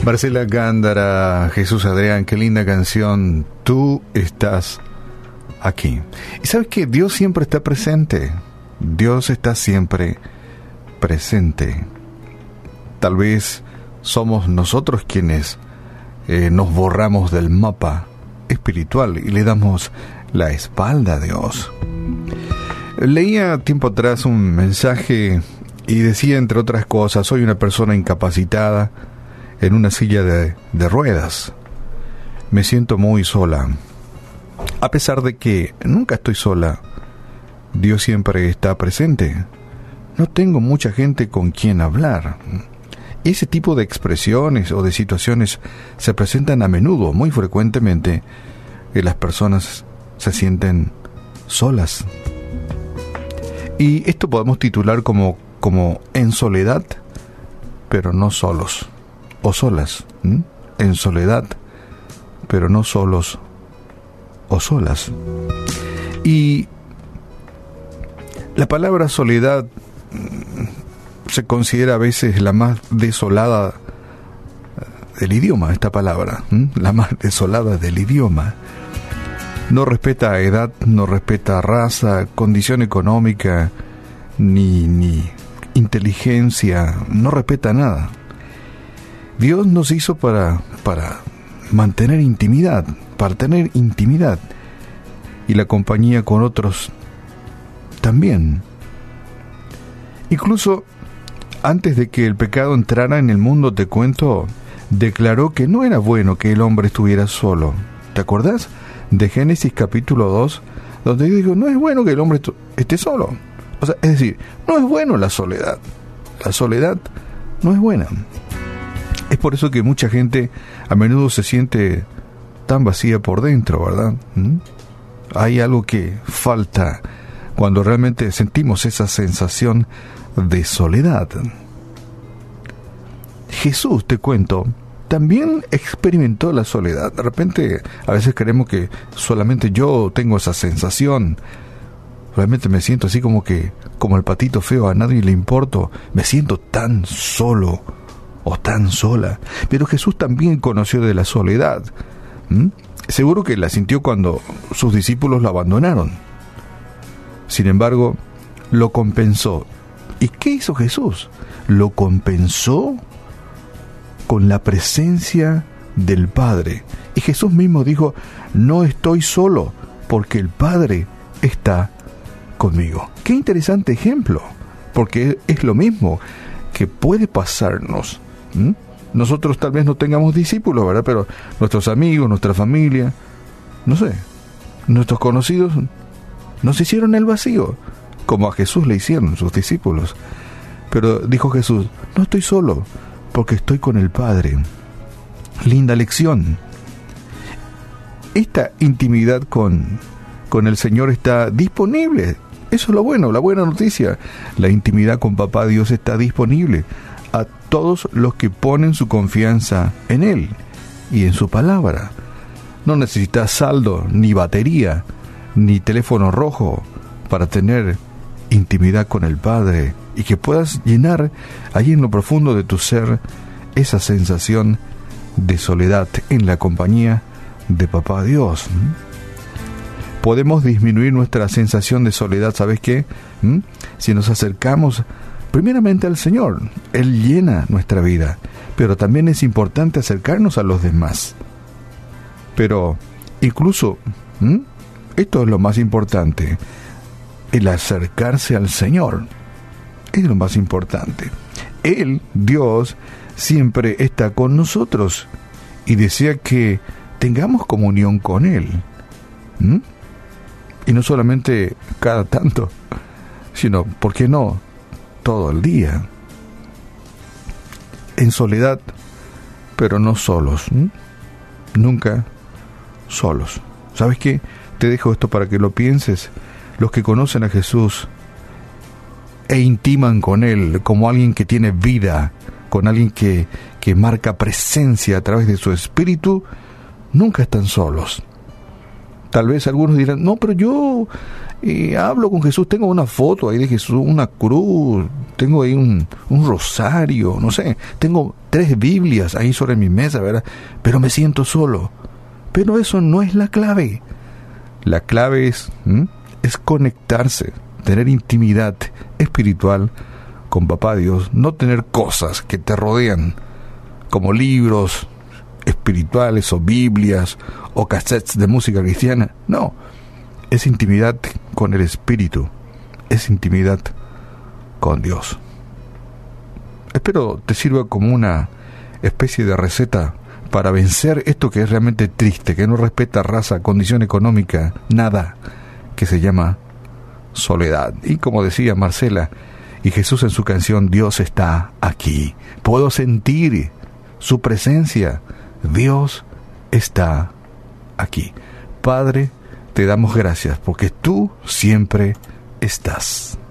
Marcela Gándara, Jesús Adrián, qué linda canción. Tú estás aquí. Y sabes que Dios siempre está presente. Dios está siempre presente. Tal vez somos nosotros quienes nos borramos del mapa espiritual y le damos la espalda a Dios. Leía tiempo atrás un mensaje y decía, entre otras cosas, soy una persona incapacitada en una silla de ruedas. Me siento muy sola. A pesar de que nunca estoy sola, Dios siempre está presente. No tengo mucha gente con quien hablar. Ese tipo de expresiones o de situaciones se presentan a menudo, muy frecuentemente, y las personas se sienten solas. Y esto podemos titular como en soledad, pero no solos. O solas, en soledad, pero no solos o solas. Y la palabra soledad se considera a veces la más desolada del idioma, esta palabra, la más desolada del idioma. No respeta edad, no respeta raza, condición económica, ni inteligencia, no respeta nada. Dios nos hizo para mantener intimidad, para tener intimidad, y la compañía con otros también. Incluso antes de que el pecado entrara en el mundo, te cuento, declaró que no era bueno que el hombre estuviera solo. ¿Te acordás de Génesis capítulo 2? Donde Dios dijo, no es bueno que el hombre esté solo. O sea, es decir, no es bueno la soledad. La soledad no es buena. Es por eso que mucha gente a menudo se siente tan vacía por dentro, ¿verdad? Hay algo que falta cuando realmente sentimos esa sensación de soledad. Jesús, te cuento, también experimentó la soledad. De repente, a veces creemos que solamente yo tengo esa sensación. Realmente me siento así como el patito feo, a nadie le importo. Me siento tan solo o tan sola. Pero Jesús también conoció de la soledad. Seguro que la sintió cuando sus discípulos lo abandonaron. Sin embargo, lo compensó. ¿Y qué hizo Jesús? Lo compensó con la presencia del Padre. Y Jesús mismo dijo, no estoy solo, porque el Padre está conmigo. Qué interesante ejemplo, porque es lo mismo que puede pasarnos. Nosotros tal vez no tengamos discípulos, ¿verdad? Pero nuestros amigos, nuestra familia, no sé, nuestros conocidos nos hicieron el vacío, como a Jesús le hicieron sus discípulos. Pero dijo Jesús, no estoy solo, porque estoy con el Padre. Linda lección. Esta intimidad con el Señor está disponible. Eso es lo bueno, la buena noticia. La intimidad con Papá Dios está disponible a todos los que ponen su confianza en Él y en su palabra. No necesitas saldo, ni batería, ni teléfono rojo para tener intimidad con el Padre y que puedas llenar allí en lo profundo de tu ser esa sensación de soledad en la compañía de Papá Dios. Podemos disminuir nuestra sensación de soledad, ¿sabes qué? Si nos acercamos primeramente al Señor. Él llena nuestra vida, pero también es importante acercarnos a los demás. Pero incluso, esto es lo más importante, el acercarse al Señor es lo más importante. Él, Dios, siempre está con nosotros y desea que tengamos comunión con Él. Y no solamente cada tanto, sino, ¿por qué no?, todo el día. En soledad, pero no solos. Nunca solos. ¿Sabes qué? Te dejo esto para que lo pienses. Los que conocen a Jesús e intiman con Él como alguien que tiene vida, con alguien que marca presencia a través de su espíritu, nunca están solos. Tal vez algunos dirán, no, pero yo y hablo con Jesús, tengo una foto ahí de Jesús, una cruz, tengo ahí un rosario, no sé, tengo 3 Biblias ahí sobre mi mesa, ¿verdad? Pero me siento solo. Pero eso no es la clave. La clave es conectarse, tener intimidad espiritual con Papá Dios, no tener cosas que te rodean, como libros espirituales o Biblias o cassettes de música cristiana. No, es intimidad con el Espíritu, es intimidad con Dios. Espero te sirva como una especie de receta para vencer esto que es realmente triste, que no respeta raza, condición económica, nada, que se llama soledad. Y como decía Marcela y Jesús en su canción, Dios está aquí. Puedo sentir su presencia. Dios está aquí. Padre, te damos gracias porque tú siempre estás.